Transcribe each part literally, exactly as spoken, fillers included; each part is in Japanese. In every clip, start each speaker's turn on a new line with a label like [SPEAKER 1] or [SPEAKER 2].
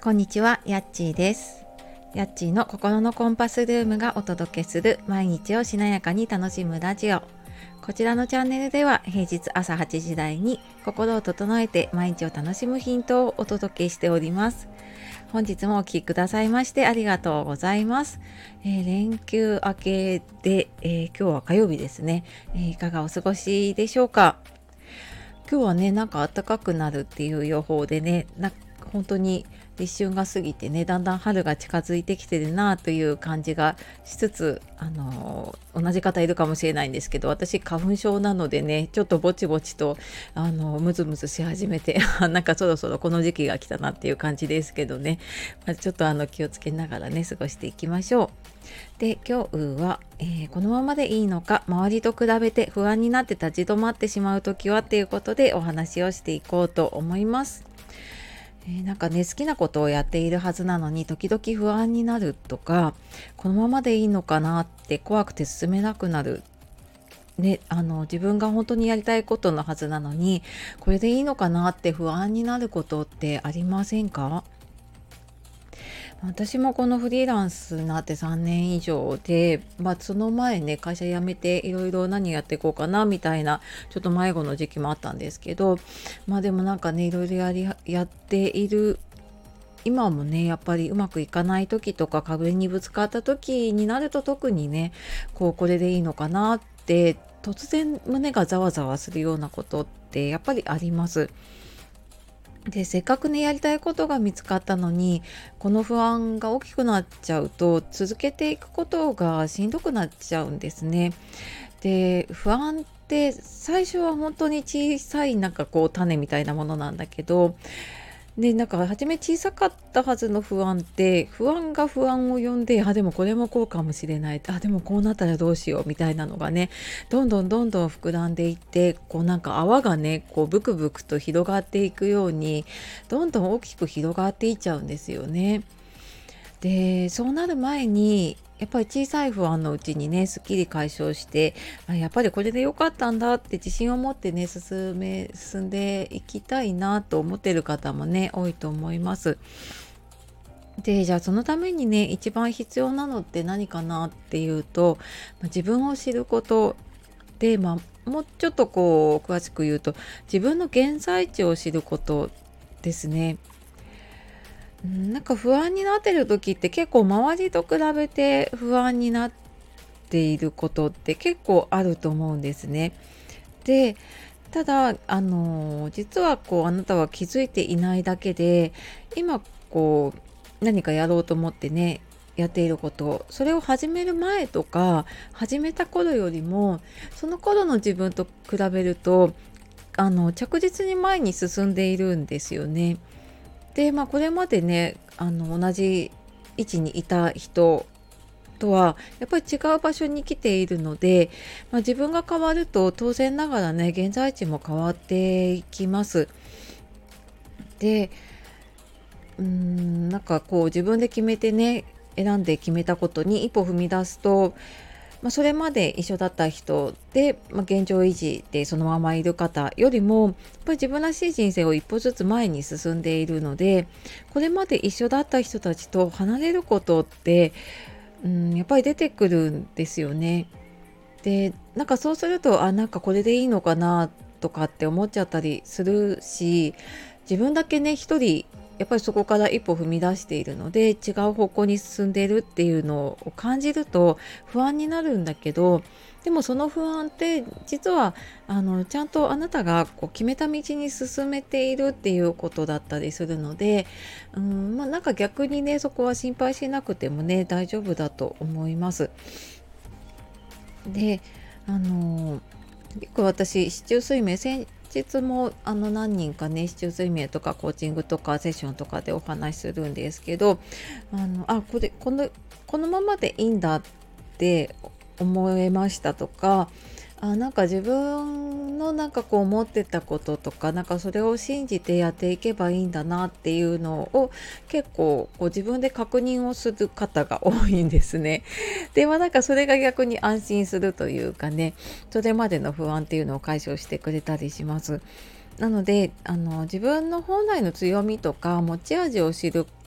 [SPEAKER 1] こんにちは、やっちーです。やっちーの心のコンパスルームがお届けする毎日をしなやかに楽しむラジオ。こちらのチャンネルでは平日朝はちじ台に心を整えて毎日を楽しむヒントをお届けしております。本日もお聞きくださいましてありがとうございます。えー、連休明けで、えー、今日は火曜日ですね、えー、いかがお過ごしでしょうか。今日はね、なんか暖かくなるっていう予報でね、な本当に立春が過ぎてね、だんだん春が近づいてきてるなという感じがしつつ、あのー同じ方いるかもしれないんですけど、私花粉症なのでね、ちょっとぼちぼちとあのムズムズし始めてなんかそろそろこの時期が来たなっていう感じですけどね、まあ、ちょっとあの気をつけながらね過ごしていきましょう。で、今日は、えーこのままでいいのか、周りと比べて不安になって立ち止まってしまう時はっていうことでお話をしていこうと思います。えーなんかね、好きなことをやっているはずなのに時々不安になるとか、このままでいいのかなって怖くて進めなくなる、ね、あの自分が本当にやりたいことのはずなのにこれでいいのかなって不安になることってありませんか？私もこのフリーランスになってさんねん以上で、まあ、その前ね会社辞めていろいろ何やっていこうかなみたいなちょっと迷子の時期もあったんですけど、まあでもなんかねいろいろやりやっている今もねやっぱりうまくいかない時とか壁にぶつかった時になると特にねこうこれでいいのかなって突然胸がざわざわするようなことってやっぱりあります。で、せっかくねやりたいことが見つかったのにこの不安が大きくなっちゃうと続けていくことがしんどくなっちゃうんですね。で、不安って最初は本当に小さいなんかこう種みたいなものなんだけど、で、なんか初め小さかったはずの不安って不安が不安を呼んで、あでもこれもこうかもしれない、あでもこうなったらどうしようみたいなのがねどんどんどんどん膨らんでいって、こうなんか泡がねこうブクブクと広がっていくようにどんどん大きく広がっていっちゃうんですよね。で、そうなる前にやっぱり小さい不安のうちにねすっきり解消して、あやっぱりこれで良かったんだって自信を持ってね進め進んでいきたいなと思っている方もね多いと思います。で、じゃあそのためにね一番必要なのって何かなっていうと、まあ自分を知ることで、まあ、もうちょっとこう詳しく言うと自分の現在地を知ることですね。うん、なんか不安になってる時って結構周りと比べて不安になっていることって結構あると思うんですね。で、ただあの実はこうあなたは気づいていないだけで、今こう何かやろうと思ってねやっていること、それを始める前とか始めた頃よりもその頃の自分と比べるとあの着実に前に進んでいるんですよね。で、まあ、これまでねあの同じ位置にいた人とはやっぱり違う場所に来ているので、まあ、自分が変わると当然ながらね現在地も変わっていきます。で、うーんなんかこう自分で決めてね選んで決めたことに一歩踏み出すと、まあ、それまで一緒だった人で、まあ、現状維持でそのままいる方よりもやっぱり自分らしい人生を一歩ずつ前に進んでいるので、これまで一緒だった人たちと離れることって、うん、やっぱり出てくるんですよね。で、なんかそうするとあなんかこれでいいのかなとかって思っちゃったりするし、自分だけね一人やっぱりそこから一歩踏み出しているので違う方向に進んでいるっていうのを感じると不安になるんだけど、でもその不安って実はあのちゃんとあなたがこう決めた道に進めているっていうことだったりするので、うん、まあなんか逆にねそこは心配しなくてもね大丈夫だと思います。で、あのよく私、市中睡眠、先日もあの何人かね、市中睡眠とかコーチングとかセッションとかでお話しするんですけど、あの、あ、これ、この、このままでいいんだって思えましたとか、あ、なんか自分のなんかこう思ってたこととか、なんかそれを信じてやっていけばいいんだなっていうのを結構こう自分で確認をする方が多いんですね。ではなんかそれが逆に安心するというかね、それまでの不安っていうのを解消してくれたりします。なのであの自分の本来の強みとか持ち味を知る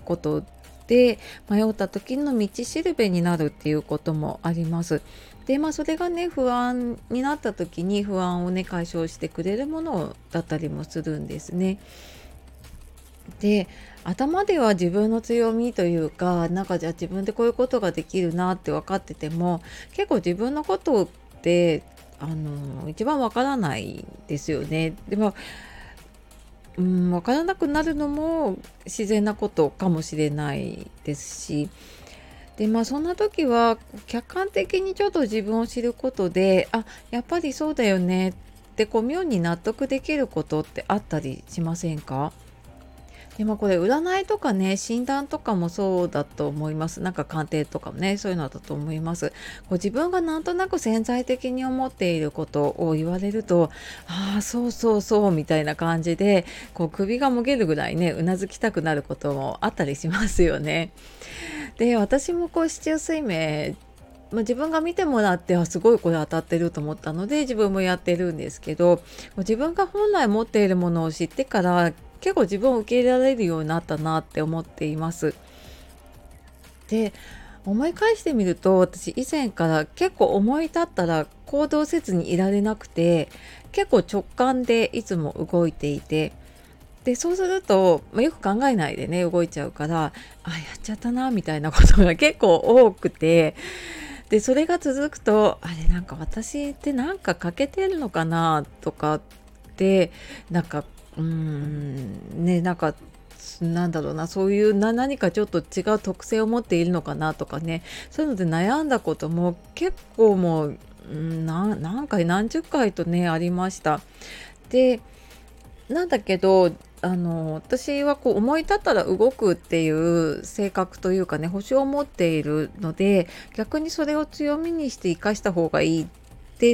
[SPEAKER 1] ことで、迷った時の道しるべになるっていうこともあります。で、まあそれがね、不安になった時に不安をね解消してくれるものだったりもするんですね。で、頭では自分の強みというか、なんかじゃあ自分でこういうことができるなって分かってても、結構自分のことってあの一番分からないですよね。でも、うん、分からなくなるのも自然なことかもしれないですし、で、まあそんな時は客観的にちょっと自分を知ることで、あ、やっぱりそうだよねってこう妙に納得できることってあったりしませんか？でもこれ占いとかね、診断とかもそうだと思います。なんか鑑定とかもね、そういうのだと思います。こう自分がなんとなく潜在的に思っていることを言われると、ああ、そうそうそうみたいな感じで、こう首がもげるぐらいね、うなずきたくなることもあったりしますよね。で、私もこう四柱推命、まあ、自分が見てもらって、あ、すごいこれ当たってると思ったので、自分もやってるんですけど、こう自分が本来持っているものを知ってから、結構自分を受け入れられるようになったなって思っています。で、思い返してみると、私以前から結構思い立ったら行動せずにいられなくて、結構直感でいつも動いていて、で、そうすると、まあ、よく考えないでね、動いちゃうから、あ、やっちゃったなみたいなことが結構多くて、で、それが続くと、あれ、なんか私ってなんか欠けてるのかなとかって、なんか、うーん、ね、なんか、なんだろうな、そういうな何かちょっと違う特性を持っているのかなとかね、そういうので悩んだことも結構もう、うん、な何回何十回とね、ありました。で、なんだけど、あの、私はこう思い立ったら動くっていう性格というかね、星を持っているので、逆にそれを強みにして生かした方がいいって、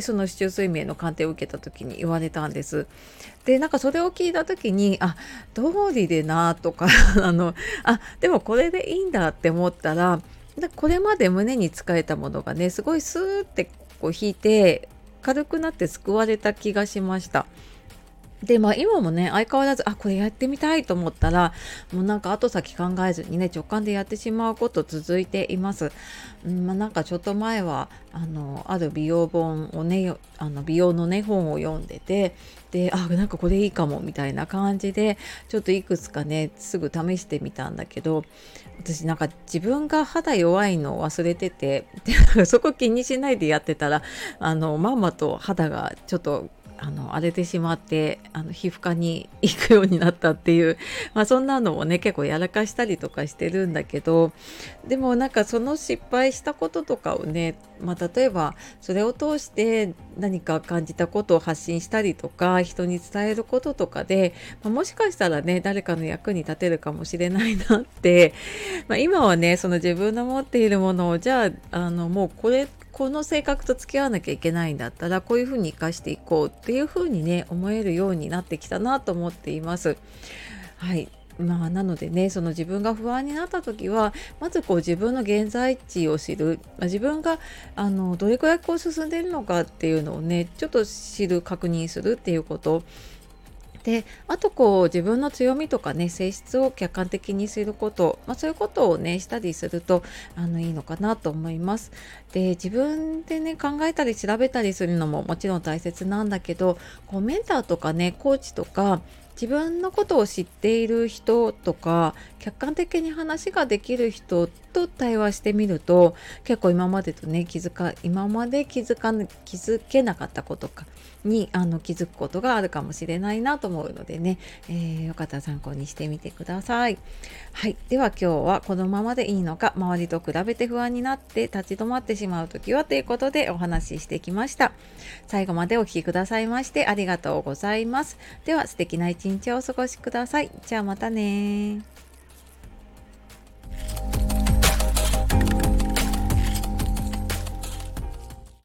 [SPEAKER 1] その四柱推命の鑑定を受けた時に言われたんです。で、なんかそれを聞いた時に、あ、道理でなとか、あの、あ、でもこれでいいんだって思ったら、でこれまで胸に使えたものがね、すごいスーってこう引いて、軽くなって救われた気がしました。で、まあ、今もね、相変わらず、あ、これやってみたいと思ったら、もうなんか後先考えずにね、直感でやってしまうこと続いています。うん、まあ、なんかちょっと前は、あの、ある美容本をね、よあの、美容のね、本を読んでて、で、あ、なんかこれいいかも、みたいな感じで、ちょっといくつかね、すぐ試してみたんだけど、私なんか自分が肌弱いのを忘れてて、で、なんかそこ気にしないでやってたら、あの、まんまと肌がちょっとあの荒れてしまってあの皮膚科に行くようになったっていう、まあ、そんなのもね結構やらかしたりとかしてるんだけど、でもなんかその失敗したこととかをね、まあ、例えばそれを通して何か感じたことを発信したりとか人に伝えることとかで、まあ、もしかしたらね誰かの役に立てるかもしれないなって、まあ、今はねその自分の持っているものをじゃあ、あのもうこれこの性格と付き合わなきゃいけないんだったらこういうふうに生かしていこうっていうふうにね思えるようになってきたなと思っています。はい。まあ、なのでねその自分が不安になった時はまずこう自分の現在地を知る、まあ、自分があのどれくらいこう進んでいるのかっていうのをねちょっと知る確認するっていうことで、あとこう自分の強みとかね性質を客観的にすること、まあ、そういうことをねしたりするとあのいいのかなと思います。で、自分でね考えたり調べたりするのももちろん大切なんだけど、こうメンターとかねコーチとか自分のことを知っている人とか客観的に話ができる人と対話してみると結構今までとね気づか今まで気づか気づけなかったことかにあの気づくことがあるかもしれないなと思うのでね、えー、よかったら参考にしてみてください。はい、では今日はこのままでいいのか周りと比べて不安になって立ち止まってしまうときはということでお話ししてきました。最後までお聞きくださいましてありがとうございます。では素敵な一日をお過ごしください。じゃあまたね。